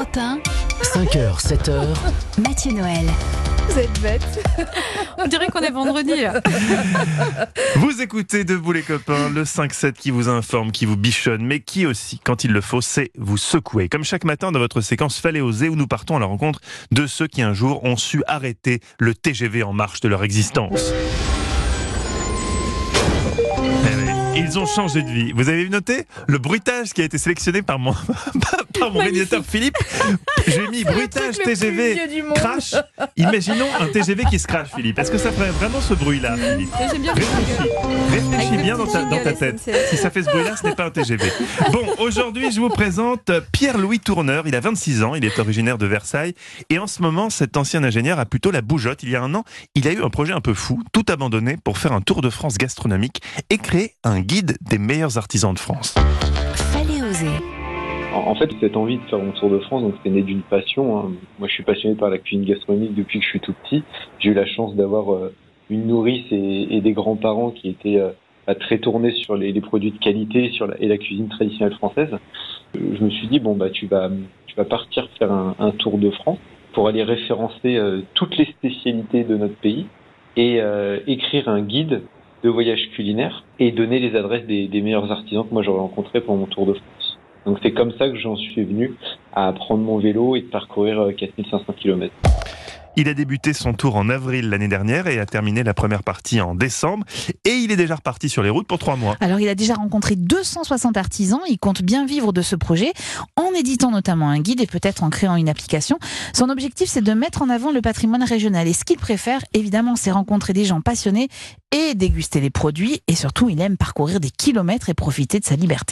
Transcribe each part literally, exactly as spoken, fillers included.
matin, cinq heures, sept heures. Mathieu Noël. Vous êtes bête. On dirait qu'on est vendredi là. Vous écoutez Debout les copains, le cinq sept qui vous informe, qui vous bichonne, mais qui aussi, quand il le faut, sait vous secouer. Comme chaque matin dans votre séquence Fallait oser, où nous partons à la rencontre de ceux qui un jour ont su arrêter le T G V en marche de leur existence. Ils ont changé de vie. Vous avez noté le bruitage qui a été sélectionné par mon, par mon réalisateur Philippe. J'ai mis bruitage T G V crash. Imaginons un T G V qui se crash, Philippe. Est-ce que ça ferait vraiment ce bruit-là, Philippe? J'aime bien. Réfléchis, réfléchis bien dans ta, dans ta tête. S N C F. Si ça fait ce bruit-là, ce n'est pas un T G V. Bon, aujourd'hui, je vous présente Pierre-Louis Tourneur. Il a vingt-six ans, il est originaire de Versailles. Et en ce moment, cet ancien ingénieur a plutôt la bougeotte. Il y a un an, il a eu un projet un peu fou, tout abandonné pour faire un tour de France gastronomique et créer un guide des meilleurs artisans de France. Fallait oser. En fait, cette envie de faire mon tour de France, donc c'est né d'une passion. Hein. Moi, je suis passionné par la cuisine gastronomique depuis que je suis tout petit. J'ai eu la chance d'avoir euh, une nourrice et, et des grands-parents qui étaient euh, très tournés sur les, les produits de qualité sur la, et la cuisine traditionnelle française. Je me suis dit, bon, bah, tu vas, tu vas partir faire un, un tour de France pour aller référencer euh, toutes les spécialités de notre pays et euh, écrire un guide de voyage culinaire et donner les adresses des, des meilleurs artisans que moi j'aurais rencontrés pour mon tour de France. Donc c'est comme ça que j'en suis venu à prendre mon vélo et de parcourir quatre mille cinq cents kilomètres. Il a débuté son tour en avril l'année dernière et a terminé la première partie en décembre. Et il est déjà reparti sur les routes pour trois mois. Alors, il a déjà rencontré deux cent soixante artisans. Il compte bien vivre de ce projet en éditant notamment un guide et peut-être en créant une application. Son objectif, c'est de mettre en avant le patrimoine régional. Et ce qu'il préfère, évidemment, c'est rencontrer des gens passionnés et déguster les produits. Et surtout, il aime parcourir des kilomètres et profiter de sa liberté.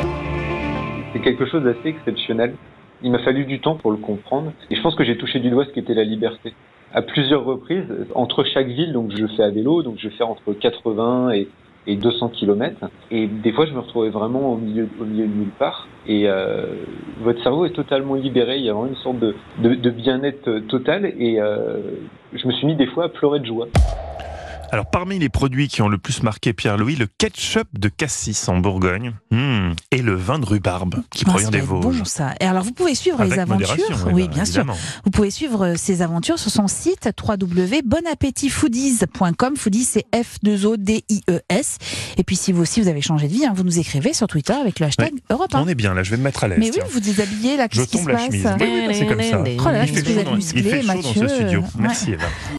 C'est quelque chose d'assez exceptionnel. Il m'a fallu du temps pour le comprendre. Et je pense que j'ai touché du doigt ce qu'était la liberté. À plusieurs reprises, entre chaque ville, donc je fais à vélo, donc je fais entre quatre-vingts et, et deux cents kilomètres. Et des fois, je me retrouvais vraiment au milieu, au milieu de nulle part. Et euh, votre cerveau est totalement libéré. Il y a vraiment une sorte de, de, de bien-être total. Et euh, je me suis mis des fois à pleurer de joie. Alors, parmi les produits qui ont le plus marqué Pierre-Louis, le ketchup de Cassis en Bourgogne mmh, et le vin de rhubarbe qui Oh, provient des Vosges. Bon, ça. Et alors, vous pouvez suivre Avec les aventures. modération, Oui, oui, bien évidemment. sûr. Vous pouvez suivre ses aventures sur son site w w w point bon appétit foodies point com. Foodies, c'est F deux O D I E S. Et puis, si vous aussi, vous avez changé de vie, hein, vous nous écrivez sur Twitter avec le hashtag Oui. Europe un. On est bien, là, je vais me mettre à l'aise. Mais oui, tiens. vous déshabillez, là, Je qu'est-ce qui se tombe la passe? chemise. Oui, oui, bah, c'est comme ça. Oh là là, Il fait qu'est-ce que vous chaud êtes dans- musclé, il fait chaud dans ce Mathieu. studio. Ouais. Merci, Eva.